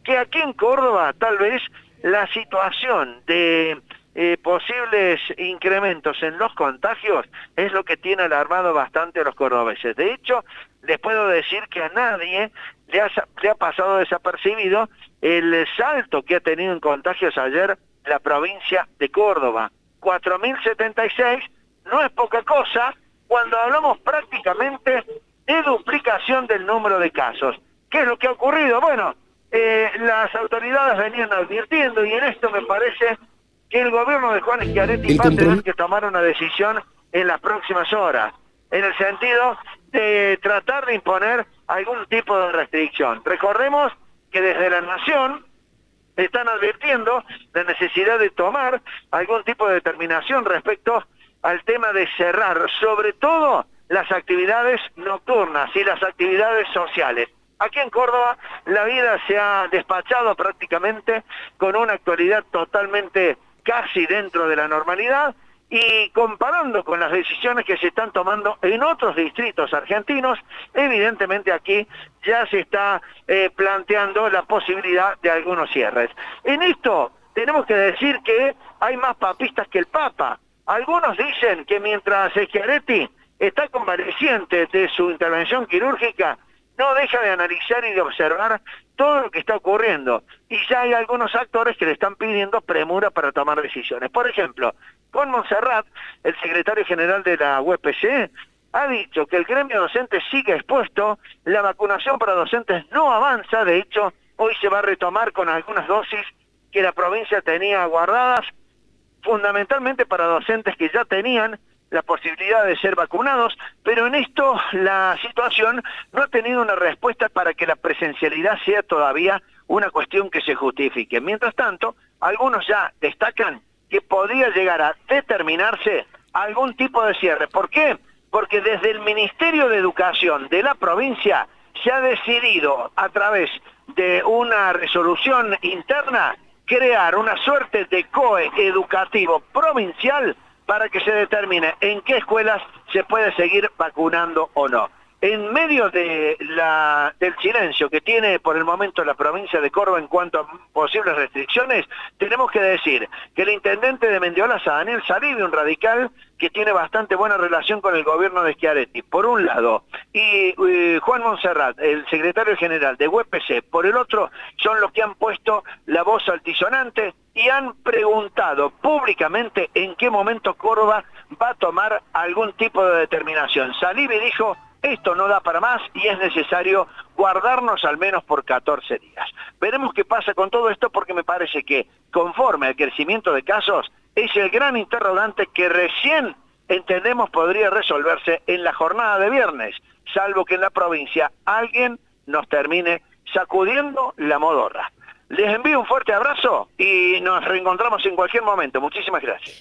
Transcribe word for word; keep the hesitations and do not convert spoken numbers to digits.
que aquí en Córdoba tal vez la situación de eh, posibles incrementos en los contagios es lo que tiene alarmado bastante a los cordobeses. De hecho, les puedo decir que a nadie le ha, le ha pasado desapercibido el salto que ha tenido en contagios ayer la provincia de Córdoba. cuatro mil setenta y seis no es poca cosa cuando hablamos prácticamente de duplicación del número de casos. ¿Qué es lo que ha ocurrido? Bueno, eh, las autoridades venían advirtiendo y en esto me parece que el gobierno de Juan Schiaretti va a tener que tomar una decisión en las próximas horas, en el sentido de tratar de imponer algún tipo de restricción. Recordemos que desde la Nación están advirtiendo la necesidad de tomar algún tipo de determinación respecto al tema de cerrar, sobre todo las actividades nocturnas y las actividades sociales. Aquí en Córdoba la vida se ha despachado prácticamente con una actualidad totalmente casi dentro de la normalidad, y comparando con las decisiones que se están tomando en otros distritos argentinos, evidentemente aquí ya se está eh, planteando la posibilidad de algunos cierres. En esto tenemos que decir que hay más papistas que el Papa. Algunos dicen que mientras Schiaretti está convaleciente de su intervención quirúrgica, no deja de analizar y de observar todo lo que está ocurriendo. Y ya hay algunos actores que le están pidiendo premura para tomar decisiones. Por ejemplo, con Montserrat, el secretario general de la U P C, ha dicho que el gremio docente sigue expuesto, la vacunación para docentes no avanza, de hecho, hoy se va a retomar con algunas dosis que la provincia tenía guardadas, fundamentalmente para docentes que ya tenían la posibilidad de ser vacunados, pero en esto la situación no ha tenido una respuesta para que la presencialidad sea todavía una cuestión que se justifique. Mientras tanto, algunos ya destacan que podría llegar a determinarse algún tipo de cierre. ¿Por qué? Porque desde el Ministerio de Educación de la provincia se ha decidido, a través de una resolución interna, crear una suerte de C O E educativo provincial para que se determine en qué escuelas se puede seguir vacunando o no. En medio de la, del silencio que tiene por el momento la provincia de Córdoba en cuanto a posibles restricciones, tenemos que decir que el intendente de Mendiolaza, Daniel Salivi, un radical que tiene bastante buena relación con el gobierno de Schiaretti, por un lado, y eh, Juan Montserrat, el secretario general de U P C, por el otro, son los que han puesto la voz altisonante y han preguntado públicamente en qué momento Córdoba va a tomar algún tipo de determinación. Salivi dijo: esto no da para más y es necesario guardarnos al menos por catorce días. Veremos qué pasa con todo esto, porque me parece que conforme al crecimiento de casos es el gran interrogante que recién entendemos podría resolverse en la jornada de viernes, salvo que en la provincia alguien nos termine sacudiendo la modorra. Les envío un fuerte abrazo y nos reencontramos en cualquier momento. Muchísimas gracias.